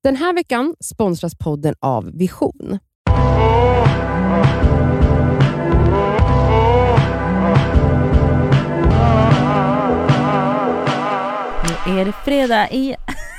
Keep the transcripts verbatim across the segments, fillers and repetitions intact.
Den här veckan sponsras podden av Vision. Nu är det fredag i...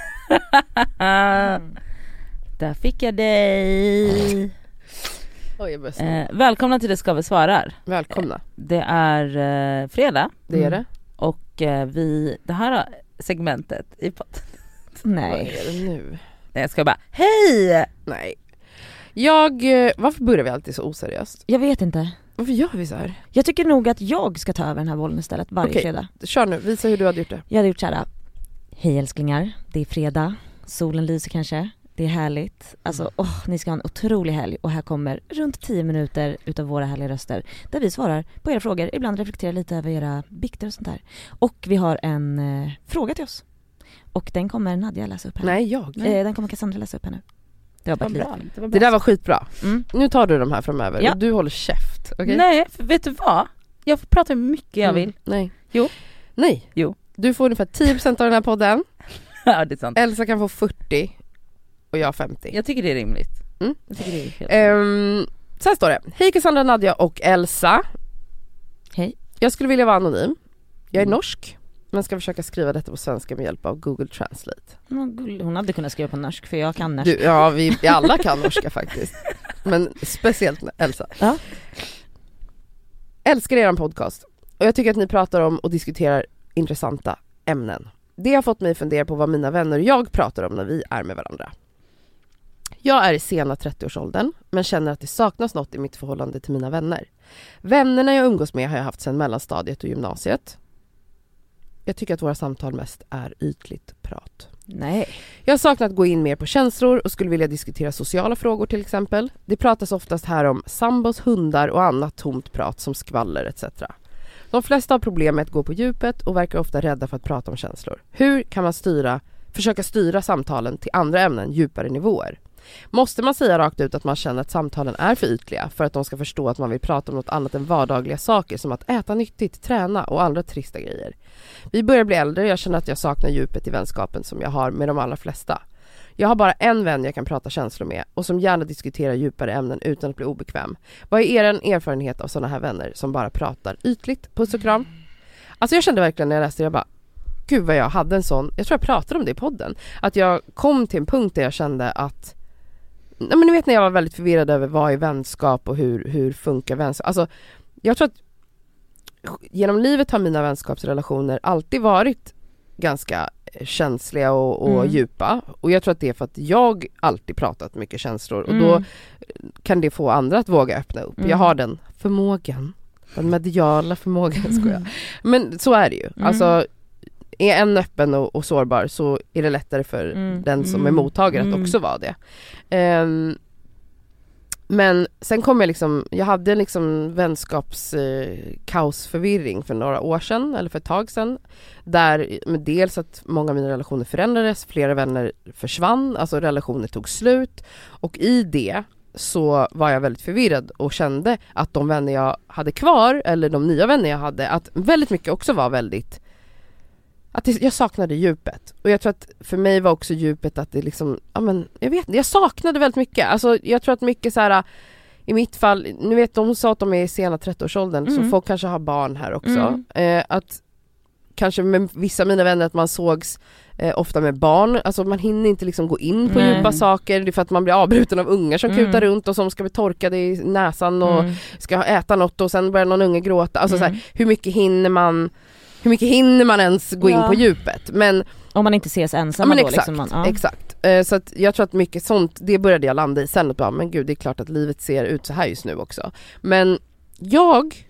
mm. Där fick jag dig. Oj, jag eh, välkomna till Det ska vi svarar. Välkomna. Det är eh, fredag. Det är det. Mm. Och eh, vi... Det här segmentet i podden. Nej. Vad är det nu? Nej, jag ska bara... Hej! Nej. Jag... Varför börjar vi alltid så oseriöst? Jag vet inte. Varför gör vi så här? Jag tycker nog att jag ska ta över den här bollen istället varje Okej, fredag. Kör nu, visa hur du hade gjort det. Jag hade gjort så här. Hej älsklingar, det är fredag. Solen lyser kanske. Det är härligt. Alltså, åh, ni ska ha en otrolig helg. Och här kommer runt tio minuter utav våra härliga röster. Där vi svarar på era frågor. Ibland reflekterar lite över era bikter och sånt där. Och vi har en eh, fråga till oss. Och den kommer Nadja läsa upp här. Nej, jag. Nej. Eh, den kommer Cassandra läsa upp här nu. Det var bara bra. det, var det där var skitbra. Mm. Nu tar du de här framöver. Ja. Och du håller käft. Okay? Nej, för vet du vad? Jag får prata hur mycket jag vill. Mm. Nej. Jo. Nej. Jo. Du får ungefär tio procent av den här podden. Ja, det är sant. Elsa kan få fyrtio. Och jag femtio. Jag tycker det är rimligt. Mm. Jag tycker det är helt um, så här står det. Hej Cassandra, Nadja och Elsa. Hej. Jag skulle vilja vara anonym. Jag är Mm. norsk. Men ska försöka skriva detta på svenska med hjälp av Google Translate. Hon hade kunnat skriva på norsk, för jag kan norsk. Du, ja, vi, vi alla kan norska faktiskt. Men speciellt Elsa. Ja. Älskar er podcast. Och jag tycker att ni pratar om och diskuterar intressanta ämnen. Det har fått mig fundera på vad mina vänner och jag pratar om när vi är med varandra. Jag är i sena trettioårsåldern, men känner att det saknas något i mitt förhållande till mina vänner. Vännerna jag umgås med har jag haft sedan mellanstadiet och gymnasiet. Jag tycker att våra samtal mest är ytligt prat. Nej. Jag har saknat att gå in mer på känslor och skulle vilja diskutera sociala frågor till exempel. Det pratas oftast här om sambos, hundar och annat tomt prat som skvaller et cetera. De flesta har problem med att gå på djupet och verkar ofta rädda för att prata om känslor. Hur kan man styra, försöka styra samtalen till andra ämnen, djupare nivåer? Måste man säga rakt ut att man känner att samtalen är för ytliga för att de ska förstå att man vill prata om något annat än vardagliga saker som att äta nyttigt, träna och andra trista grejer? Vi börjar bli äldre och jag känner att jag saknar djupet i vänskapen som jag har med de allra flesta. Jag har bara en vän jag kan prata känslor med och som gärna diskuterar djupare ämnen utan att bli obekväm. Vad är er erfarenhet av sådana här vänner som bara pratar ytligt? Puss och kram. Alltså jag kände verkligen när jag läste det, jag bara, gud vad jag hade en sån, jag tror jag pratade om det i podden, att jag kom till en punkt där jag kände att, nej men ni vet när jag var väldigt förvirrad över vad är vänskap och hur, hur funkar vänskap. Alltså jag tror att genom livet har mina vänskapsrelationer alltid varit ganska känsliga och, och mm. djupa. Och jag tror att det är för att jag alltid pratat mycket känslor. Och mm. då kan det få andra att våga öppna upp. Mm. Jag har den förmågan. Den mediala förmågan, ska jag. Men så är det ju. Mm. Alltså, är en öppen och, och sårbar så är det lättare för mm. den som är mottagare mm. att också vara det. Um, Men sen kom jag liksom, jag hade en liksom vänskapskaosförvirring eh, för några år sedan, eller för ett tag sedan. Där med dels att många av mina relationer förändrades, flera vänner försvann, alltså relationer tog slut. Och i det så var jag väldigt förvirrad och kände att de vänner jag hade kvar, eller de nya vänner jag hade, att väldigt mycket också var väldigt... Att det, jag saknade djupet. Och jag tror att för mig var också djupet att det liksom, ja men jag vet inte, jag saknade väldigt mycket. Alltså jag tror att mycket så här, i mitt fall, nu vet de sa att de är i sena trettioårsåldern, mm. så folk kanske har barn här också. Mm. Eh, att kanske med vissa av mina vänner att man sågs eh, ofta med barn, alltså man hinner inte liksom gå in på mm. djupa saker, det är för att man blir avbruten av ungar som mm. kutar runt och som ska bli torkade i näsan och mm. ska äta något och sen börjar någon unge gråta. Alltså mm. så här, hur mycket hinner man Hur mycket hinner man ens gå ja. in på djupet? Men om man inte ses ensamma ja, då exakt, liksom man, ja. exakt. Uh, så att jag tror att mycket sånt, det började jag landa i sen, att bara, men gud, det är klart att livet ser ut så här just nu också. Men jag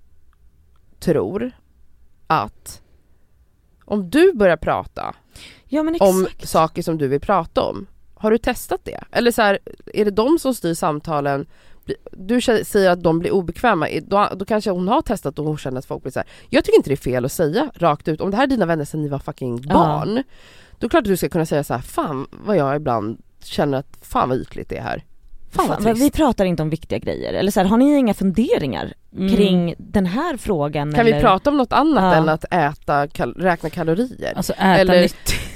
tror att om du börjar prata ja, men om saker som du vill prata om, har du testat det? Eller så här, är det de som styr samtalen? Du säger att de blir obekväma, då, då kanske hon har testat och hon känner att folk blir så här. Jag tycker inte det är fel att säga rakt ut, om det här är dina vänner sedan ni var fucking barn, ja. Då är det klart att du ska kunna säga så här, fan vad jag ibland känner att fan vad ytligt det är här. Fan, fan, vad vi pratar inte om viktiga grejer. Eller så här, har ni inga funderingar mm. kring den här frågan? Kan eller? vi prata om något annat ja. än att äta, kal- räkna kalorier? Alltså äta eller nyttigt.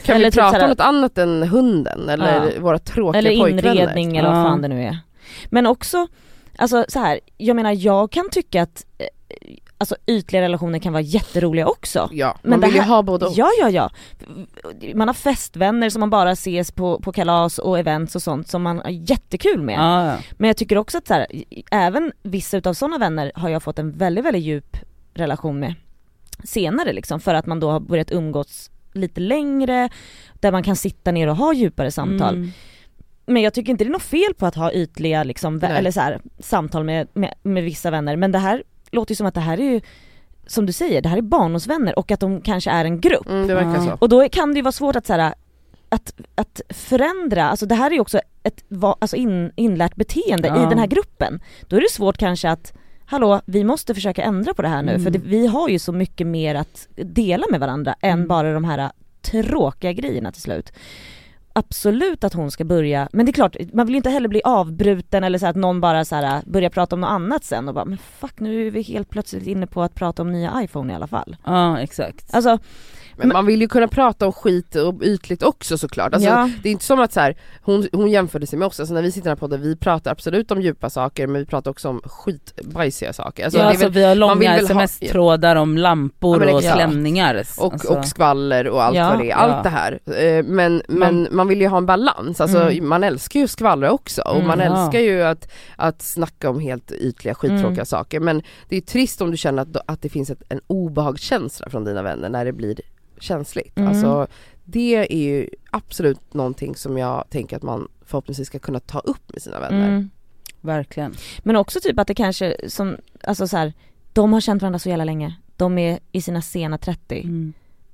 Kan eller vi typ prata såhär, om något annat än hunden eller Ja. våra tråkiga eller pojkvänner? inredning eller vad Ja. fan det nu är. Men också, alltså så här, jag menar jag kan tycka att eh, alltså ytliga relationer kan vara jätteroliga också. Ja, Men man det vill ju här- ha både och. Ja, ja, ja. Man har festvänner som man bara ses på, på kalas och events och sånt som man har jättekul med. Ja, ja. Men jag tycker också att så här, även vissa utav sådana vänner har jag fått en väldigt, väldigt djup relation med senare liksom, för att man då har börjat umgås lite längre, där man kan sitta ner och ha djupare samtal. Mm. Men jag tycker inte det är något fel på att ha ytliga liksom, vä- Nej. eller så här, samtal med, med, med vissa vänner, men det här låter ju som att det här är ju, som du säger, det här är barndomsvänner och att de kanske är en grupp. Mm, det verkar Ja. så. Och då kan det ju vara svårt att så här, att, att förändra, alltså det här är ju också ett va- alltså in, inlärt beteende Ja. i den här gruppen. Då är det svårt kanske att, hallå, vi måste försöka ändra på det här nu, Mm. för det, vi har ju så mycket mer att dela med varandra än Mm. bara de här tråkiga grejerna till slut. Absolut att hon ska börja, men det är klart, man vill ju inte heller bli avbruten eller så att någon bara så här börjar prata om något annat sen och bara, men fuck, nu är vi helt plötsligt inne på att prata om nya iPhone i alla fall. Ja, exakt. Alltså, Men man vill ju kunna prata om skit och ytligt också såklart. Alltså, ja. det är inte som att så här, hon, hon jämförde sig med oss. Alltså, när vi sitter här på podden, vi pratar absolut om djupa saker, men vi pratar också om skitbajsiga saker. Alltså, Ja, det är alltså, väl, vi har man vill långa väl ha- sms-trådar om lampor Ja, men och exakt. klänningar. och, Alltså, och skvaller och allt Ja, vad det är. Allt ja. det här. Eh, Men, men man vill ju ha en balans. Alltså, Mm. man älskar ju att skvallra också. Och Mm, man ja. älskar ju att, att snacka om helt ytliga, skittråkiga Mm. saker. Men det är trist om du känner att, att det finns ett, en obehagskänsla från dina vänner när det blir känsligt. Mm. Alltså, det är ju absolut någonting som jag tänker att man förhoppningsvis ska kunna ta upp med sina vänner. Mm. Verkligen. Men också typ att det kanske som, alltså så här, de har känt varandra så jävla länge. De är i sina sena trettio. Mm.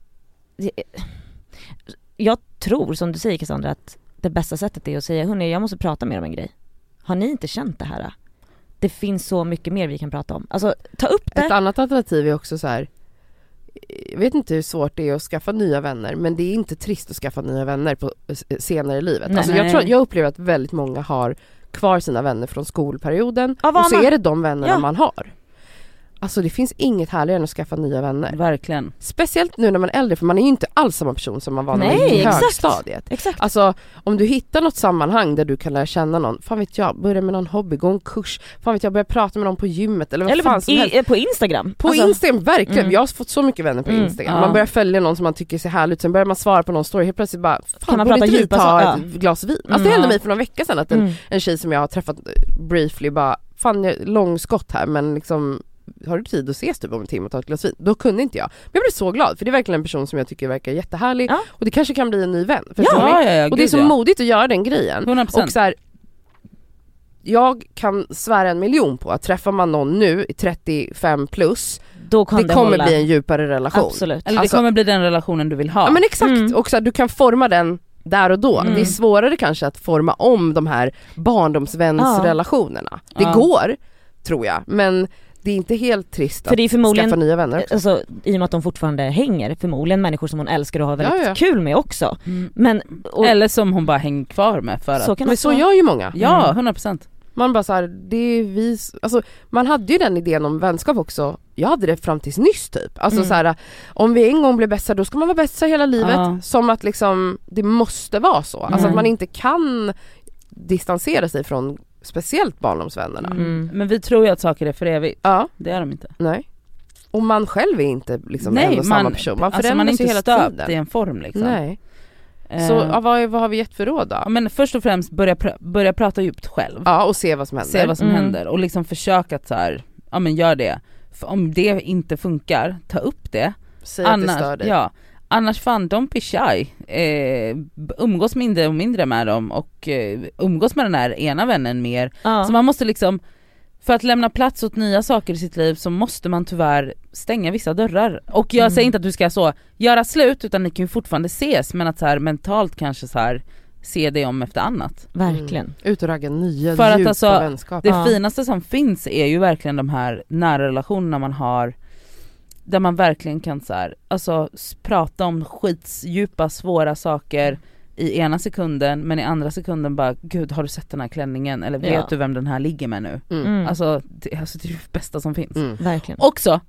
Jag tror, som du säger Cassandra, att det bästa sättet är att säga, hörni, jag måste prata mer om en grej. Har ni inte känt det här? Det finns så mycket mer vi kan prata om. Alltså, ta upp det. Ett annat alternativ är också så här. Jag vet inte hur svårt det är att skaffa nya vänner, men det är inte trist att skaffa nya vänner på senare i livet. Nej. Alltså jag, tror, jag upplever att väldigt många har kvar sina vänner från skolperioden, Ja, och så vana. är det de vännerna Ja. man har. Alltså det finns inget härligare än att skaffa nya vänner. Verkligen. Speciellt nu när man är äldre, för man är ju inte alls samma person som man var när man Nej, gick i exakt. högstadiet. Exakt. Alltså om du hittar något sammanhang där du kan lära känna någon, fan vet jag, börja med någon hobby, gå en kurs, fan vet jag, börja prata med någon på gymmet eller vad Eller fan på, som helst. i, på Instagram. På Alltså, Instagram, verkligen. Mm. Jag har fått så mycket vänner på Mm, Instagram. ja. Man börjar följa någon som man tycker ser härligt ut, sen börjar man svara på någon story, helt plötsligt bara, fan, Kan man borde prata inte vi djupa ta saker? ett Ja. glas vin? Alltså Mm, det hände ja. mig för några veckor sedan att en, Mm. en tjej som jag har träffat briefly bara, fan jag är långskott här, men liksom, har du tid att ses typ om en timme och ta ett glas vin? Då kunde inte jag. Men jag blev så glad, för det är verkligen en person som jag tycker verkar jättehärlig, Ja. och det kanske kan bli en ny vän. Förstår ni? Ja, ja, ja, Och det är gud, så ja. modigt att göra den grejen. hundra procent. Och så här, jag kan svära en miljon på att träffar man någon nu i trettiofem plus, Då kan det det kommer hålla. bli en djupare relation. Absolut. Eller alltså- det kommer bli den relationen du vill ha. Ja men exakt, Mm. och så här, du kan forma den där och då. Mm. Det är svårare kanske att forma om de här barndomsvänsrelationerna. Det Ja. går, tror jag, men det är inte helt trist För det är att förmodligen- skaffa nya vänner också. Alltså, i och med att de fortfarande hänger, förmodligen människor som hon älskar och har väldigt Ja, ja. kul med också. Mm. Men, och, Eller som hon bara hänger kvar med för att... så kan Men det så vara. gör ju många. Ja, Mm. hundra procent. Man bara så här, det är vi, alltså man hade ju den idén om vänskap också. Jag hade det fram tills nyss typ. Alltså Mm. så här, om vi en gång blir bästa, då ska man vara bästa hela livet. Ja. Som att liksom det måste vara så. Alltså Mm. att man inte kan distansera sig från speciellt barndomsvännerna. Mm. Men vi tror ju att saker är för evigt. Ja, Det är de inte. nej. Och man själv är inte liksom Nej, en och samma man, person. Man alltså förändras man är ju inte hela stöpt tiden. i en form liksom. Nej. Eh, Så ja, vad, vad har vi gett för råd ja, då? men först och främst börja, pr- börja prata djupt själv. Ja, och se vad som händer. Se vad som Mm. händer och liksom försöka att så här, ja men gör det. För om det inte funkar, ta upp det. Säg att det stör Annars, dig. ja, annars fan, don't be shy. Eh, umgås mindre och mindre med dem och eh, umgås med den här ena vännen mer. Ja. Så man måste liksom, för att lämna plats åt nya saker i sitt liv så måste man tyvärr stänga vissa dörrar. Och jag Mm. säger inte att du ska så göra slut, utan ni kan ju fortfarande ses, men att så här mentalt kanske så här se det om efter annat. Verkligen. Mm. Ut och ragga nya För att djupa alltså, vänskaper. Det Ja. finaste som finns är ju verkligen de här nära relationerna man har, där man verkligen kan så här, alltså s- prata om skitsdjupa svåra saker i ena sekunden, men i andra sekunden bara, gud har du sett den här klänningen, eller vet Ja. du vem den här ligger med nu? Mm. Mm. Alltså, det, alltså det är det bästa som finns. Mm. Verkligen. Också,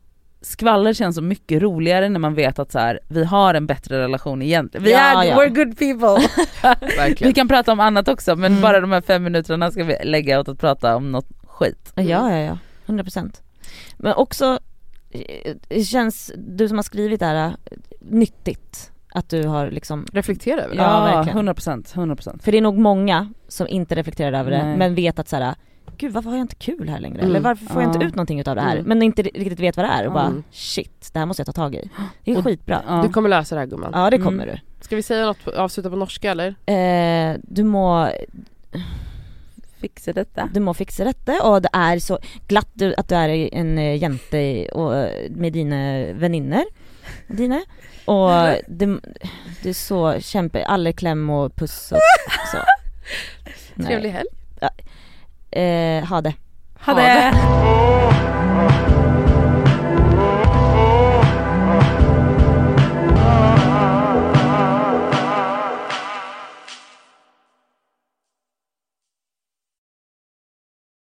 skvaller känns så mycket roligare när man vet att så här, vi har en bättre relation egentligen. Vi Ja, är, ja. we're good people. Verkligen. Vi kan prata om annat också, men Mm. bara de här fem minuterna ska vi lägga åt att prata om något skit. Ja, ja, ja, hundra procent. Men också, eh, det känns, du som har skrivit det här, nyttigt att du har liksom, Reflektera över det. Ja, Ja, verkligen. hundra procent, hundra procent. för det är nog många som inte reflekterar över det, Nej. men vet att så här, gud varför har jag inte kul här längre? Mm. Eller varför får jag inte Ja. ut någonting av det här? Mm. Men inte riktigt vet vad det är och bara, Mm. shit, det här måste jag ta tag i. Det är Och- skitbra. Ja. Du kommer lösa det här, gumman. Ja, det kommer Mm. Ska vi säga något, avsluta på norska eller? du. Eh, du må Fixa detta. Du må fixa detta, och det är så glatt du, att du är en uh, jente och, eh, med dina vänner. Dina. Och det, det är så kämpe, alla kläm och puss och så. Trevlig helg. Eh, ha det. Ha det!